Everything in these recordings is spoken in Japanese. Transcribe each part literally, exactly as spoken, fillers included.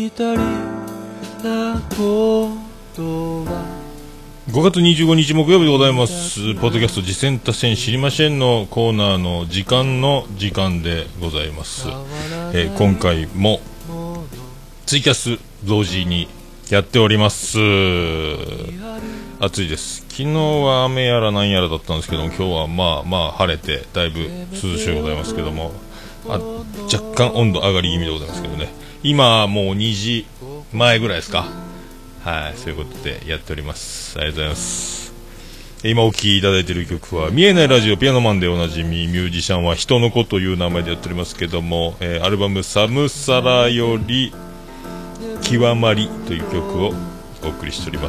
たりなことはごがつにじゅうごにち木曜日でございます。ポッドキャスト次戦多戦知りませんのコーナーの時間の時間でございます。えー、今回もツイキャス同時にやっております。暑いです。昨日は雨やらなんやらだったんですけども、今日はまあまあ晴れてだいぶ涼しいでございますけども、あ若干温度上がり気味でございますけどね。今もうにじまえぐらいですか。はい、そういうことでやっております。ありがとうございます。今お聴きいただいている曲は見えないラジオピアノマンでおなじみ、ミュージシャンは人の子という名前でやっておりますけども、えー、アルバムサムサラより極まりという曲をお送りしております。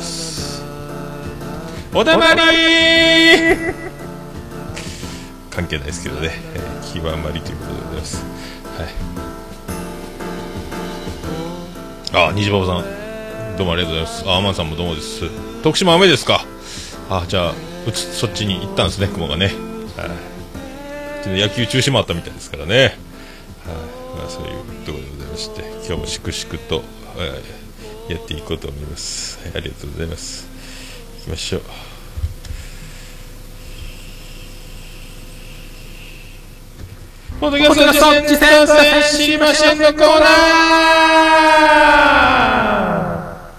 おだまりー関係ないですけどね、えー、極まりということでございます。はい。あ、虹パパさんどうもありがとうございます。あ、アマンさんもどうもです。徳島雨ですか。あ、じゃあうつそっちに行ったんですね、雲がね。はい、野球中止もあったみたいですからね。はい、まあ、そういうところでございまして、今日も粛々と、はい、やっていこうと思います。はい、ありがとうございます。行きましょう。ポッドキャスト次戦多戦知りませんのコーナー。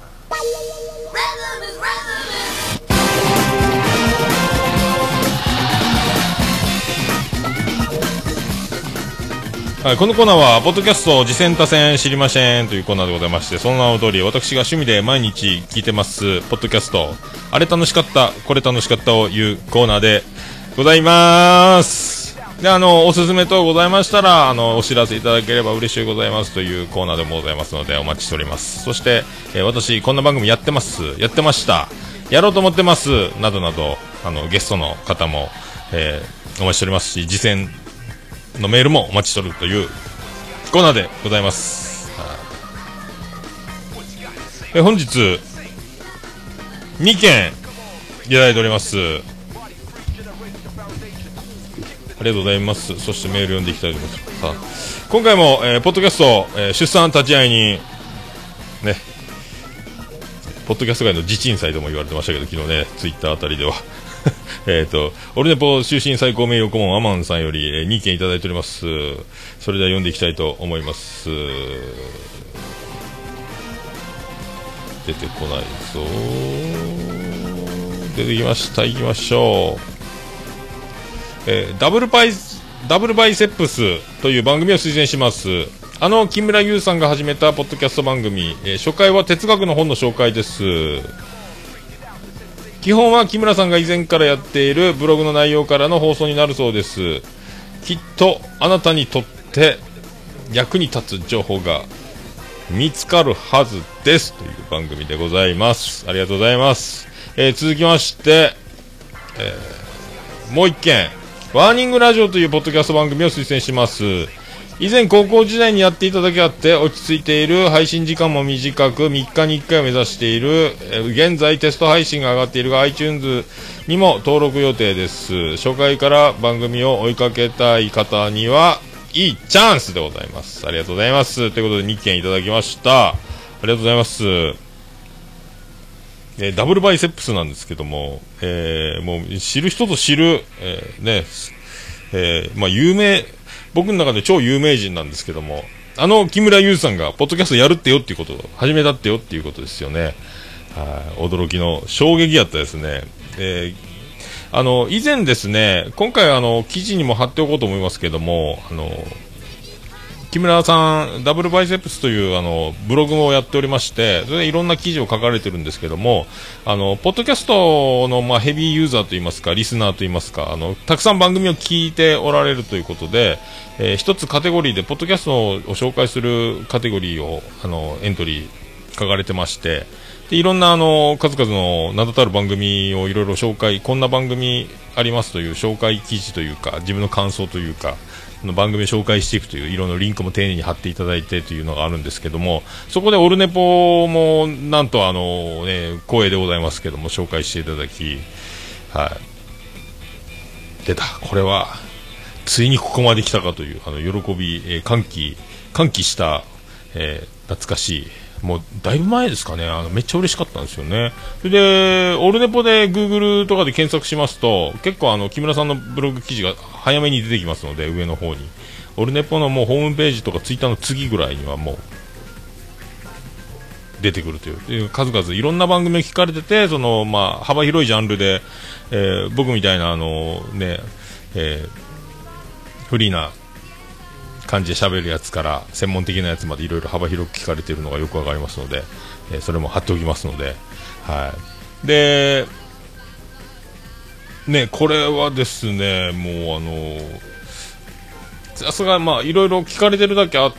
はい、このコーナーはポッドキャスト次戦多戦知りませんというコーナーでございまして、その名の通り私が趣味で毎日聞いてますポッドキャスト、あれ楽しかったこれ楽しかったを言うコーナーでございます。で、あのおすすめ等ございましたらあのお知らせいただければ嬉しいございますというコーナーでもございますのでお待ちしております。そして、えー、私こんな番組やってますやってましたやろうと思ってますなどなど、あのゲストの方も、えー、お待ちしておりますし、次戦のメールもお待ちしておるというコーナーでございます。え本日にけんいただいております。ありがとうございます。そしてメール読んでいきたいと思います。さあ、今回も、えー、ポッドキャスト、えー、出産立ち会いにね、ポッドキャスト界の地鎮祭とも言われてましたけど、昨日ねツイッターあたりではえっとオルネポ終身最高名誉顧問アマンさんより、えー、にけんいただいております。それでは読んでいきたいと思います。出てこないぞ。出てきました。いきましょう。えー、ダブルバイダブルバイセップスという番組を推薦します。あの木村優さんが始めたポッドキャスト番組、えー、初回は哲学の本の紹介です。基本は木村さんが以前からやっているブログの内容からの放送になるそうです。きっとあなたにとって役に立つ情報が見つかるはずですという番組でございます。ありがとうございます。えー、続きまして、えー、もう一件ワーニングラジオというポッドキャスト番組を推薦します。以前高校時代にやっていただけあって落ち着いている、配信時間も短くみっかにいっかいを目指している、現在テスト配信が上がっているが iTunes にも登録予定です。初回から番組を追いかけたい方にはいいチャンスでございます。ありがとうございます。ということでにけんいただきました。ありがとうございます。えー、ダブルバイセップスなんですけども、えー、もう知る人ぞ知る、えー、ね、えー、まあ有名、僕の中で超有名人なんですけども、あの木村優さんがポッドキャストやるってよっていうことを始めたってよっていうことですよね。はい、驚きの衝撃やったですね。えー、あの以前ですね、今回あの記事にも貼っておこうと思いますけども、あの木村さんダブルバイセップスというあのブログをやっておりまして、それでいろんな記事を書かれてるんですけども、あのポッドキャストの、まあ、ヘビーユーザーといいますかリスナーといいますか、あのたくさん番組を聞いておられるということで、えー、一つカテゴリーでポッドキャストを紹介するカテゴリーをあのエントリー書かれてまして、でいろんなあの数々の名だたる番組をいろいろ紹介、こんな番組ありますという紹介記事というか自分の感想というかの番組を紹介していくという色のリンクも丁寧に貼っていただいてというのがあるんですけども、そこでオルネポもなんとあの、ね、光栄でございますけども紹介していただき、はい、出た、これはついにここまで来たかというあの喜び、えー、歓喜歓喜した、えー、懐かしいもうだいぶ前ですかね、あのめっちゃ嬉しかったんですよね。それでオルネポで Google とかで検索しますと結構あの木村さんのブログ記事が早めに出てきますので、上の方にオルネポのもうホームページとかツイッターの次ぐらいにはもう出てくるという、数々いろんな番組を聞かれてて、その、まあ、幅広いジャンルで、えー、僕みたいなあの、ねえー、フリーな感じで喋るやつから専門的なやつまでいろいろ幅広く聞かれているのがよくわかりますので、えー、それも貼っておきますので、はい、でね、これはですね、もうあのさすがまあいろいろ聞かれてるだけあって、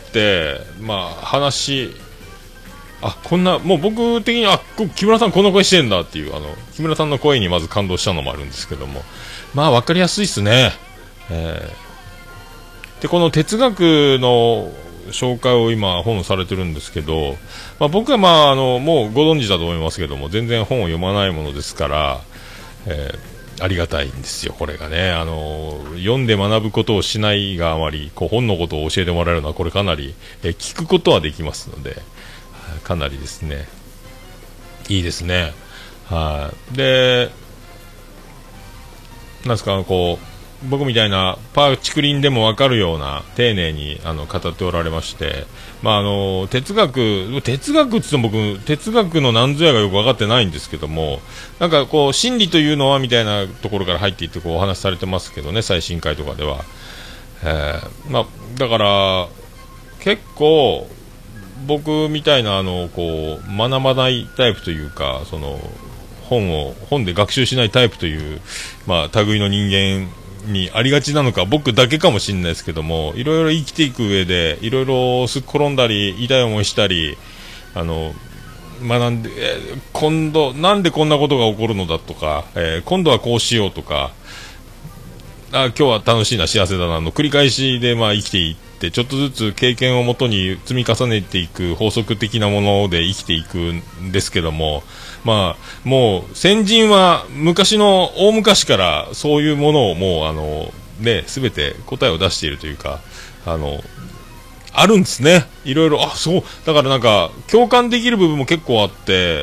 まあ話あこんなもう僕的にあ木村さんこの声してんだっていう、あの木村さんの声にまず感動したのもあるんですけども、まあ分かりやすいですね。えー、でこの哲学の紹介を今本されてるんですけど、まあ、僕はまああのもうご存知だと思いますけども、全然本を読まないものですから、えー、ありがたいんですよこれがね。あの読んで学ぶことをしないがあまりこう本のことを教えてもらえるのはこれかなり、えー、聞くことはできますので、かなりですねいいですね。はい、でなんですか、こう僕みたいなパーチクリンでも分かるような丁寧にあの語っておられまして、まあ、あの哲学哲学って言っても僕哲学の何ぞやがよく分かってないんですけども、なんかこう真理というのはみたいなところから入っていってこうお話しされてますけどね、最新回とかでは、えーまあ、だから結構僕みたいなあのこう学ばないタイプというか、その本を本で学習しないタイプという、まあ、類の人間にありがちなのか僕だけかもしれないですけども、いろいろ生きていく上でいろいろすっ転んだり痛い思いしたり、あの学んで、えー、今度なんでこんなことが起こるのだとか、えー、今度はこうしようとか、あ今日は楽しいな幸せだなの繰り返しで、まあ、生きていってちょっとずつ経験をもとに積み重ねていく法則的なもので生きていくんですけども、まあ、もう先人は昔の大昔からそういうものをもうあの、ね、全て答えを出しているというか、あのあるんですね、いろいろ。あそうだからなんか共感できる部分も結構あって、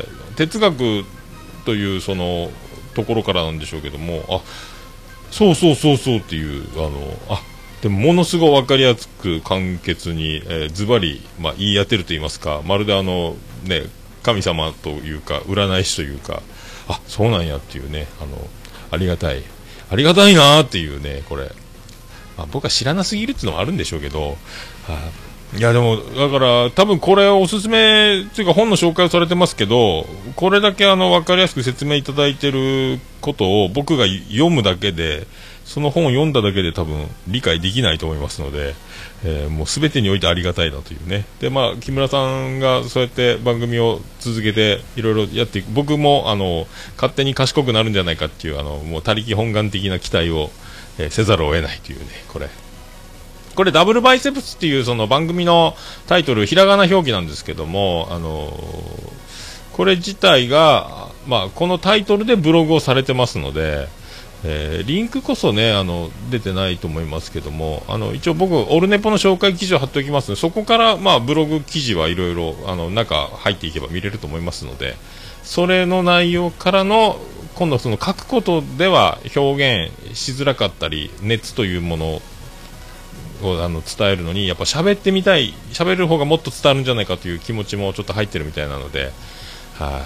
哲学というそのところからなんでしょうけども、あそうそうそうそうっていう、あのあでもものすごい分かりやすく簡潔に、えー、ズバリ、まあ、言い当てると言いますか、まるであの、ね、神様というか占い師というか、あそうなんやっていうね、あのありがたいありがたいなっていうね、これ、まあ、僕は知らなすぎるっていうのもあるんでしょうけど、はいやでもだから多分これおすすめというか本の紹介をされてますけど、これだけあの分かりやすく説明いただいていることを僕が読むだけで、その本を読んだだけで多分理解できないと思いますので、えー、もう全てにおいてありがたいなというね。でまあ木村さんがそうやって番組を続けていろいろやっていく、僕もあの勝手に賢くなるんじゃないかっていう、あのもう他力本願的な期待を、えー、せざるを得ないというね、これこれダブルバイセプスっていうその番組のタイトルひらがな表記なんですけども、あのー、これ自体が、まあ、このタイトルでブログをされてますので、えー、リンクこそねあの出てないと思いますけども、あの一応僕オルネポの紹介記事を貼っておきますので、そこから、まあ、ブログ記事はいろいろあの中入っていけば見れると思いますので、それの内容からの今度その書くことでは表現しづらかったり熱というものをあの伝えるのにやっぱ喋ってみたい、喋る方がもっと伝わるんじゃないかという気持ちもちょっと入ってるみたいなので、はい、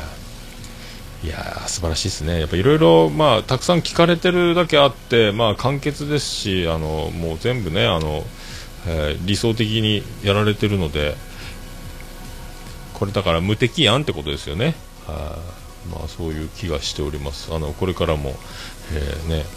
いやー素晴らしいですね。やっぱいろいろまあたくさん聞かれてるだけあって、まあ簡潔ですし、あのもう全部ねあの、えー、理想的にやられてるので、これだから無敵やんってことですよね。はまあそういう気がしております。あのこれからも、えー、ね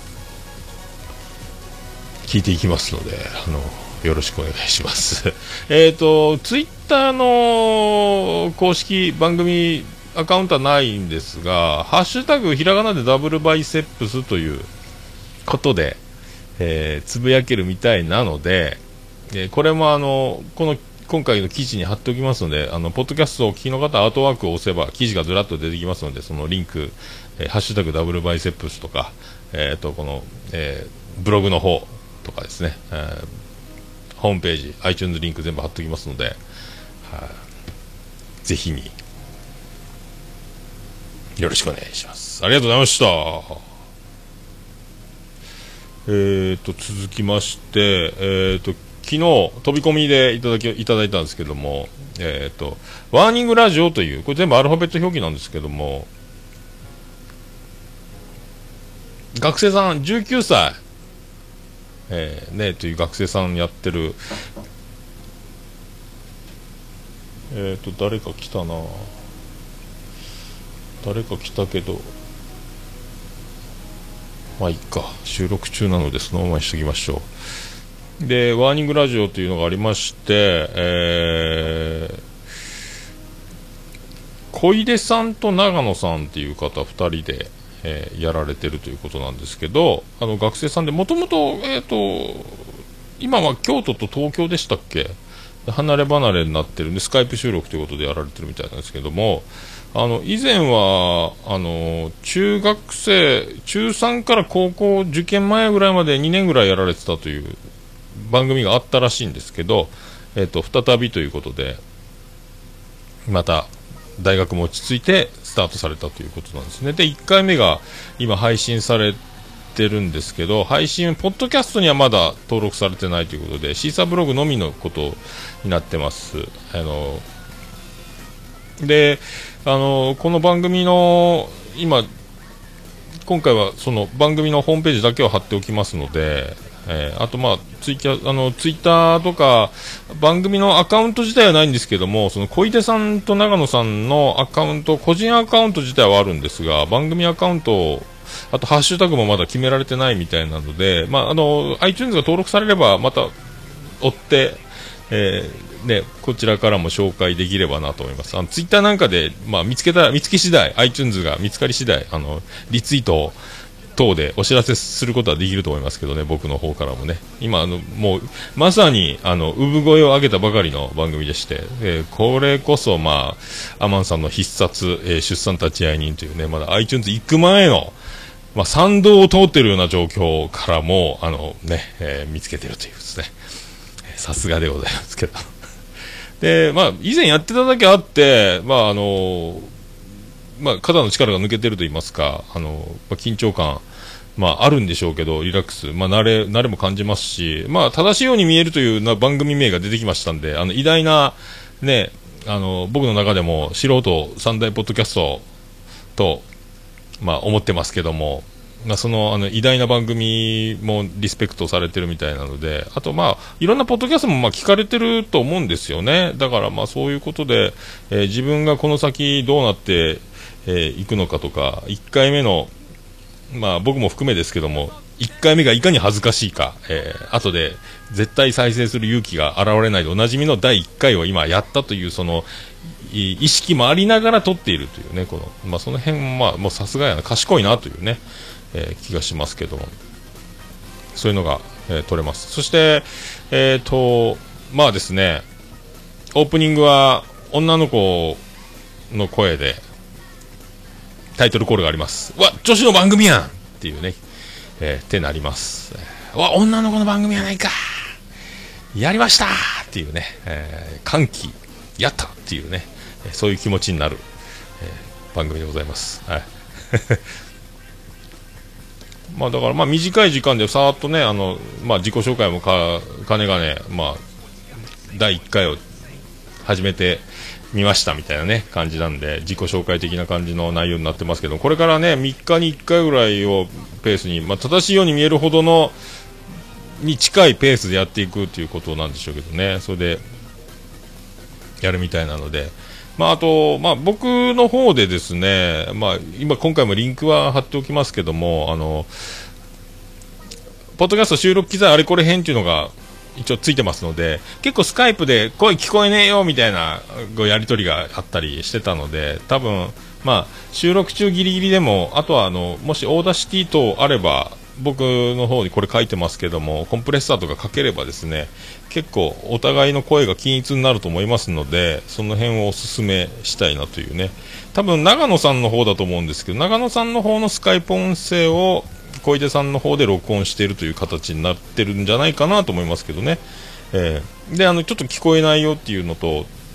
聞いていきますので、あのよろしくお願いしますえっとツイッターの公式番組アカウントはないんですが、ハッシュタグひらがなでダブルバイセップスということで、えー、つぶやけるみたいなので、えー、これもあのこの今回の記事に貼っておきますので、あのポッドキャストをお聞きの方はアートワークを押せば記事がずらっと出てきますので、そのリンク、えー、ハッシュタグダブルバイセップスとか、えー、とこの、えー、ブログの方とかですね、えー、ホームページ iTunes リンク全部貼っておきますので、はぜひによろしくお願いします。ありがとうございました。えーと続きまして、えーと昨日飛び込みでいただきいただいたんですけども、えーとワーニングラジオという、これ全部アルファベット表記なんですけども、学生さんじゅうきゅうさい、えー、ねという学生さんやってる、えーと誰か来たな誰か来たけど、まあいいか、収録中なのでそのままにしときましょう。でワーニングラジオというのがありまして、えー、小出さんと長野さんっていう方ふたりで、えー、やられてるということなんですけど、あの学生さんでもともとえっと今は京都と東京でしたっけ、離れ離れになってるんでスカイプ収録ということでやられてるみたいなんですけども、あの以前はあの中学生中さんから高校受験前ぐらいまでにねんぐらいやられてたという番組があったらしいんですけど、えーと再びということでまた大学も落ち着いてスタートされたということなんですね。でいっかいめが今配信されてるんですけど、配信ポッドキャストにはまだ登録されてないということでシーサーブログのみのことになってます。あのであのこの番組の今今回はその番組のホームページだけを貼っておきますので、えー、あとまあツイキャあのツイッターとか番組のアカウント自体はないんですけども、その小出さんと長野さんのアカウント、個人アカウント自体はあるんですが、番組アカウント、あとハッシュタグもまだ決められてないみたいなので、まあ、あの iTunes が登録されればまた追って、えーね、こちらからも紹介できればなと思います。あのツイッターなんかで、まあ、見つけた見つけ次第 iTunes が見つかり次第あのリツイート等でお知らせすることはできると思いますけどね、僕の方からもね。今あのもうまさにあの産声を上げたばかりの番組でして、えー、これこそまあアマンさんの必殺、えー、出産立会人というね、まだ iTunes 行く前のまあ、参道を通っているような状況からもあの、ねえー、見つけているというですね、さすがでございますけどで、まあ、以前やってただけあって、まああのまあ、肩の力が抜けてると言いますか、あの、まあ、緊張感、まあ、あるんでしょうけどリラックス、まあ、慣れ、慣れも感じますし、まあ、正しいように見えるというな番組名が出てきましたんで、あの偉大な、ね、あの僕の中でも素人三大ポッドキャストとまあ、思ってますけども、まあ、その、あの偉大な番組もリスペクトされてるみたいなので、あと、まあ、いろんなポッドキャストもまあ聞かれてると思うんですよね。だからまあそういうことで、えー、自分がこの先どうなってい、えー、くのかとか、いっかいめの、まあ、僕も含めですけどもいっかいめがいかに恥ずかしいか、えー、後で絶対再生する勇気が現れないでおなじみのだいいっかいを今やったというその意識もありながら撮っているというね、この、まあ、その辺もまあもうさすがやな、賢いなというね、えー、気がしますけども、そういうのが、えー、撮れます。そしてえーとまあですね、オープニングは女の子の声でタイトルコールがあります。わ、女子の番組やんっていうね、えー、ってなります。わ、女の子の番組やないか、やりましたっていうね、えー、歓喜やったっていうね、そういう気持ちになる、えー、番組でございます。はい。まあだからまあ短い時間でさーっとね、あのまあ自己紹介もかかねがね、まあだいいっかいを始めてみましたみたいなね感じなんで、自己紹介的な感じの内容になってますけど、これからねみっかにいっかいぐらいをペースに、まあ正しいように見えるほどのに近いペースでやっていくということなんでしょうけどね、それでやるみたいなので、まあ、あと、まあ、僕の方でですね、まあ、今今回もリンクは貼っておきますけども、あのポッドキャスト収録機材あれこれ編っていうのが一応ついてますので、結構スカイプで声聞こえねえよみたいなやり取りがあったりしてたので、多分、まあ、収録中ギリギリでも、あとはあのもしオーダーシティ等あれば僕の方にこれ書いてますけども、コンプレッサーとかかければですね、結構お互いの声が均一になると思いますので、その辺をおすすめしたいなというね。多分長野さんの方だと思うんですけど、長野さんの方のスカイプ音声を小出さんの方で録音しているという形になってるんじゃないかなと思いますけどね。えー、であのちょっと聞こえないよっていうのと、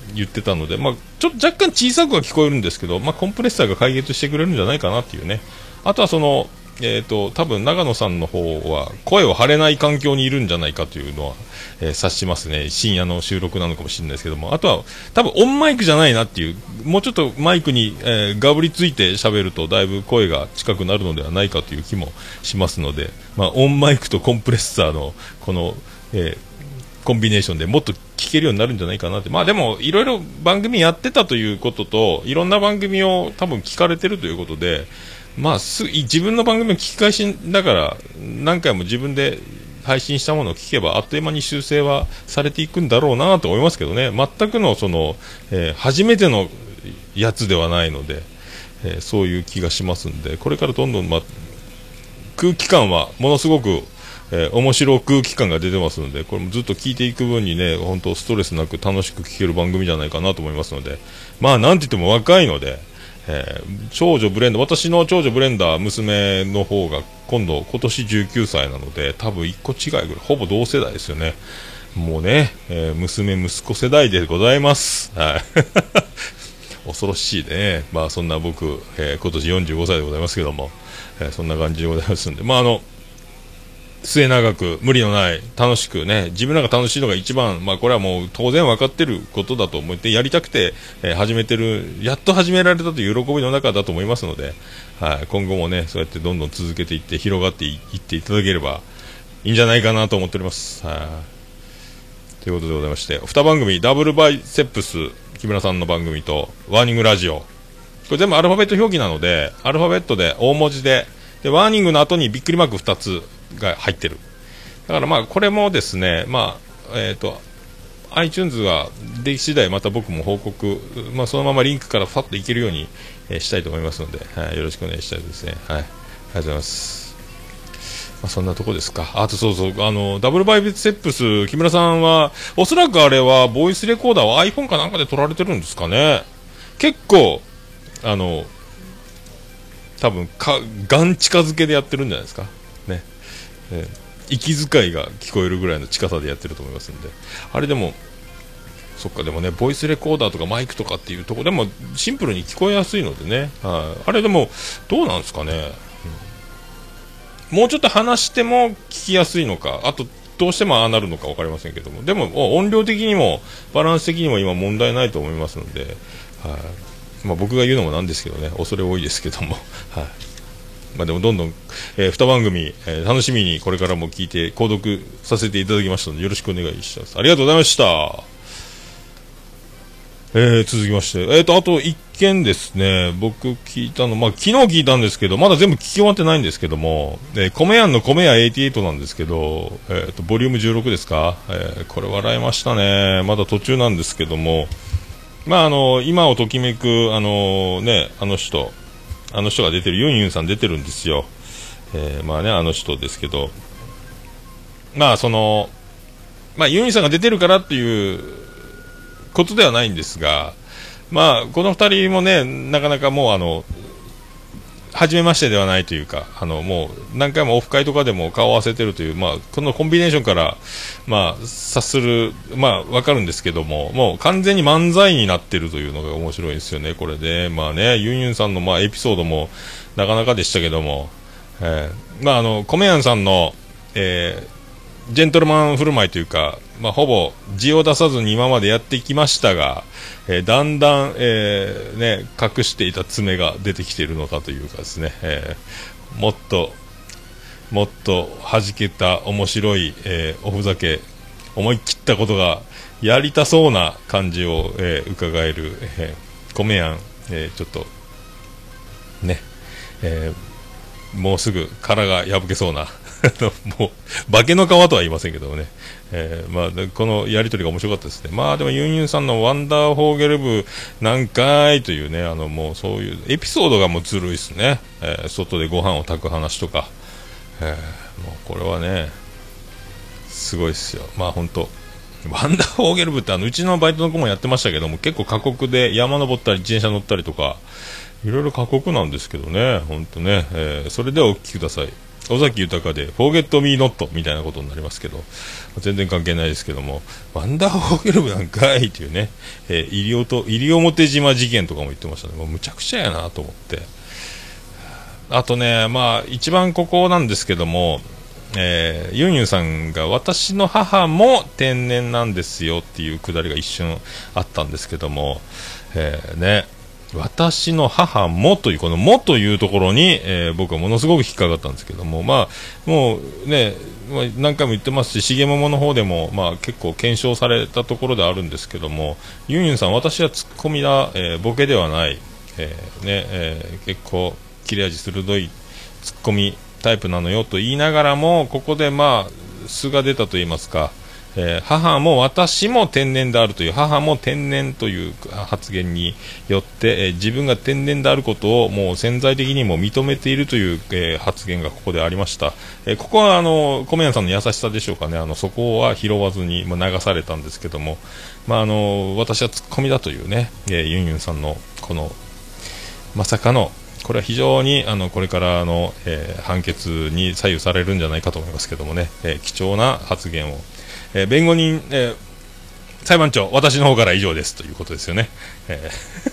言ってたので、まあ、ちょっと若干小さくは聞こえるんですけど、まあ、コンプレッサーが解決してくれるんじゃないかなっていうね。あとはその、えーと、多分長野さんの方は声を張れない環境にいるんじゃないかというのは、えー、察しますね。深夜の収録なのかもしれないですけども、あとは多分オンマイクじゃないなっていう、もうちょっとマイクに、えー、がぶりついて喋るとだいぶ声が近くなるのではないかという気もしますので、まあ、オンマイクとコンプレッサーのこの、えー、コンビネーションでもっと聞けるようになるんじゃないかなって。まあでもいろいろ番組やってたということと、いろんな番組を多分聞かれてるということで、まあ、す自分の番組の聞き返しだから何回も自分で配信したものを聞けばあっという間に修正はされていくんだろうなと思いますけどね。全くのその、えー、初めてのやつではないので、えー、そういう気がしますんで、これからどんどん、ま、空気感はものすごく、えー、面白空気感が出てますので、これもずっと聞いていく分にね、本当ストレスなく楽しく聞ける番組じゃないかなと思いますので、まあなんて言っても若いので、えー、長女ブレンダー、私の長女ブレンダー娘の方が今度今年じゅうきゅうさいなので、多分いっこ違いぐらい、ほぼ同世代ですよね。もうね、えー、娘息子世代でございます。はい恐ろしいね。まあそんな僕、えー、今年よんじゅうごさいでございますけども、えー、そんな感じでございますんで、まああの末永く無理のない楽しくね、自分らが楽しいのが一番、まあこれはもう当然分かってることだと思ってやりたくて、えー、始めてる、やっと始められたという喜びの中だと思いますので、はい、今後もねそうやってどんどん続けていって広がっていっていただければいいんじゃないかなと思っております。はい、ということでございまして、に番組ダブルバイセップス木村さんの番組とワーニングラジオ、これ全部アルファベット表記なのでアルファベットで大文字で、でワーニングの後にびっくりマークふたつが入ってる。だからまあこれもですね、まあえっと iTunes ができ次第また僕も報告、まあそのままリンクからファッといけるように、えー、したいと思いますので、はい、よろしくお願いしたいですね。はい、ありがとうございます。まあそんなとこですか。あとそうそう、あのダブルバイセップス木村さんはおそらくあれはボイスレコーダーを iPhone かなんかで撮られてるんですかね。結構あの多分かガン近づけでやってるんじゃないですかね。えー息遣いが聞こえるぐらいの近さでやってると思いますんで、あれでもそっか、でもねボイスレコーダーとかマイクとかっていうところでもシンプルに聞こえやすいのでね、はい、あれでもどうなんですかね、うん、もうちょっと話しても聞きやすいのか、あとどうしてもああなるのか分かりませんけども、でも音量的にもバランス的にも今問題ないと思いますので、はい、まあ、僕が言うのもなんですけどね、恐れ多いですけども、はい、まあ、でもどんどん、えー、に番組、えー、楽しみにこれからも聞いて購読させていただきましたのでよろしくお願いします。ありがとうございました。えー、続きまして、えーと、あと一件ですね、僕聞いたの、まあ、昨日聞いたんですけど、まだ全部聞き終わってないんですけども、えー、米屋の米屋はちじゅうはちなんですけど、えーと、ボリュームじゅうろくですか、えー、これ笑いましたね。まだ途中なんですけども、まあ、あの、今をときめく、あのね、あの人、あの人が出てるユンユンさん出てるんですよ。えー、まあね、あの人ですけど、まあそのまあユンユンさんが出てるからっていうことではないんですが、まあこのふたりもねなかなかもうあの初めましてではないというか、あのもう何回もオフ会とかでも顔を合わせてるという、まあこのコンビネーションからまあ察する、まあわかるんですけども、もう完全に漫才になってるというのが面白いですよね、これで。まあね、ユンユンさんのまあエピソードもなかなかでしたけども、えー、まああのコメヤンさんの、えー、ジェントルマン振る舞いというか、まあほぼ字を出さずに今までやってきましたが、えー、だんだん、えーね、隠していた爪が出てきているのかというかですね、えー、もっともっと弾けた面白い、えー、おふざけ思い切ったことがやりたそうな感じを、えー、伺える、えー、米やん、えー、ちょっとね、えー、もうすぐ殻が破けそうなもう化けの皮とは言いませんけどもね、えーまあ、このやり取りが面白かったですね。まあでもユンユンさんのワンダーフォーゲル部何回というね、あのもうそういうエピソードがもうずるいですね、えー、外でご飯を炊く話とか、えー、もうこれはねすごいですよ。まあ本当ワンダーフォーゲル部ってあのうちのバイトの子もやってましたけども、結構過酷で山登ったり自転車乗ったりとかいろいろ過酷なんですけどね、本当ね、えー、それではお聞きください。 尾崎豊で Forget Me Not みたいなことになりますけど、全然関係ないですけども、ワンダーフォーゲルブなんかいっていうね、えー、西表、西表島事件とかも言ってましたね。もうむちゃくちゃやなと思って。あとね、まあ一番ここなんですけども、えー、ユンユンさんが私の母も天然なんですよっていうくだりが一瞬あったんですけども、えー、ね、私の母もというこのもというところに、えー、僕はものすごく引っかかったんですけども、まあもうね、まあ、何回も言ってますし、重桃の方でもまあ結構検証されたところであるんですけども、ユンユンさん、私はツッコミだ、えー、ボケではない、えーねえー、結構切れ味鋭いツッコミタイプなのよと言いながらも、ここでまあ素が出たと言いますか、えー、母も私も天然であるという、母も天然という発言によって、えー、自分が天然であることをもう潜在的にも認めているという、えー、発言がここでありました。えー、ここはあの米谷さんの優しさでしょうかね、あのそこは拾わずに、まあ、流されたんですけども、まあ、あの私はツッコミだというね、えー、ユンユンさんのこのまさかのこれは非常にあのこれからの、えー、判決に左右されるんじゃないかと思いますけどもね、えー、貴重な発言を、えー、弁護人、えー、裁判長、私の方から以上ですということですよね、え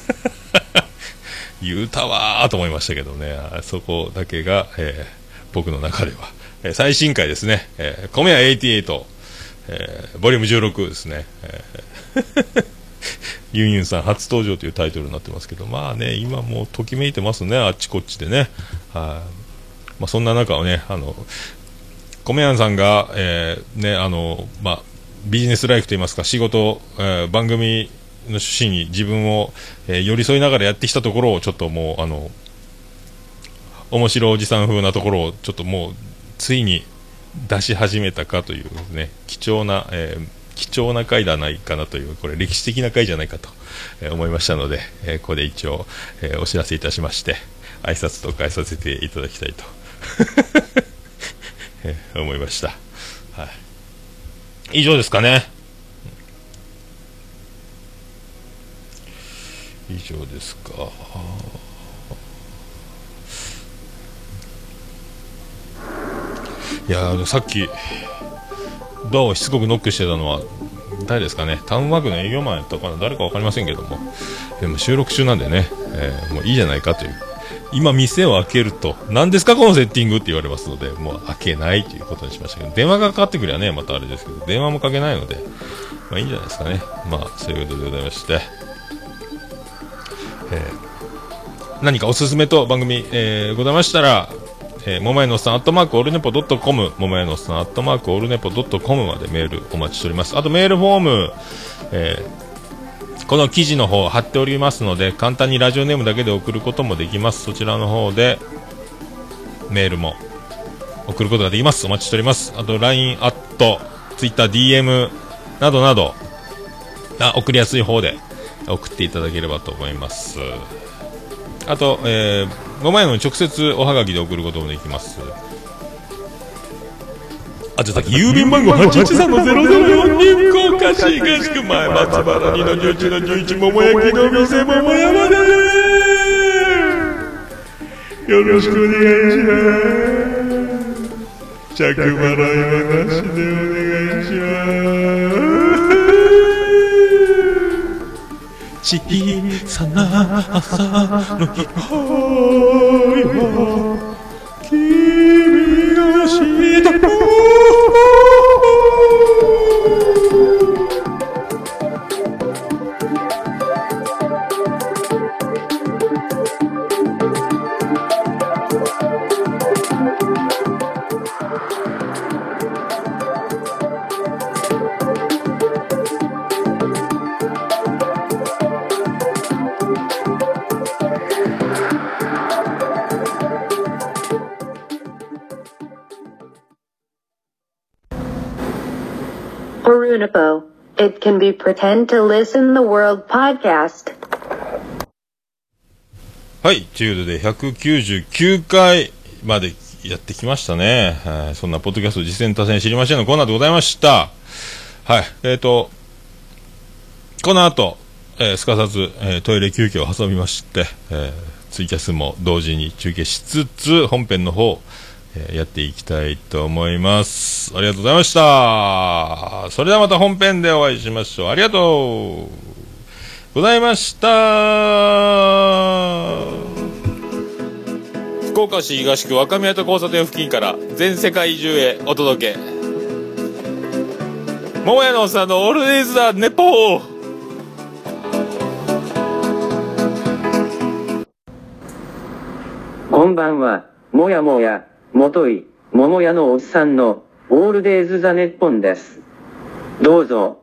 ー、言うたわーと思いましたけどね、そこだけが、えー、僕の中では、えー、最新回ですね、えー、米谷はちじゅうはち、えー、ボリュームじゅうろくですね、えーユンユンさん初登場というタイトルになってますけど、まあね、今もうときめいてますね、あっちこっちでね。はまあ、そんな中はね、あの米谷さんが、えーね、あのまあ、ビジネスライフといいますか、仕事、えー、番組の趣旨に自分を、えー、寄り添いながらやってきたところをちょっともうあの面白おじさん風なところをちょっともうついに出し始めたかというね、貴重な、えー貴重な回ではないかなという、これ歴史的な回じゃないかと、えー、思いましたので、えー、ここで一応、えー、お知らせいたしまして挨拶と返させていただきたいと、えー、思いました、はい、以上ですかね。以上ですか。いやさっきドアをしつこくノックしてたのは誰ですかね、タウンワークの営業マンやったかな、誰か分かりませんけども、でも収録中なんでね、えー、もういいじゃないかという、今店を開けると何ですかこのセッティングって言われますので、もう開けないということにしましたけど、電話がかかってくりゃねまたあれですけど、電話もかけないので、まあいいんじゃないですかね。まあそういうことでございまして、えー、何かおすすめと番組、えー、ございましたら、えー、ももやのおっさんアットマークオルネポドットコム、ももやのおっさんアットマークオルネポドットコムまでメールお待ちしております。あとメールフォーム、えー、この記事の方貼っておりますので、簡単にラジオネームだけで送ることもできます。そちらの方でメールも送ることができます。お待ちしております。あと ライン アット Twitter、ディーエム などなどあ送りやすい方で送っていただければと思います。あと、えー、ごまえの直接おはがきで送ることもできます。あとさっき郵便番号 はちいちさんのゼロゼロよんに 福岡市東区前松原にのじゅういちのじゅういち桃焼きの店桃山でよろしくお願いします。着払いはなしでお願いします。小さな朝の日は君がした Orunipo. It can be pretend to listen the world podcast. はい、ということでひゃくきゅうじゅうきゅうかいまでやってきましたね。はい、そんなポッドキャスト実践多戦知りませんのコーナーでございました。はい、えーとこの後、えー、すかさず、えー、トイレ休憩を挟みまして、えー、ツイキャスも同時に中継しつつ本編の方えー、やっていきたいと思います。ありがとうございました。それではまた本編でお会いしましょう。ありがとうございました。福岡市東区若宮と交差点付近から全世界中へお届け、桃屋のおっさんのオールディーズ・ザ・ネポー。 こんばんは、もやもや、もとい、桃屋のおっさんのオールデイズ・ザ・ネッポンです。どうぞ。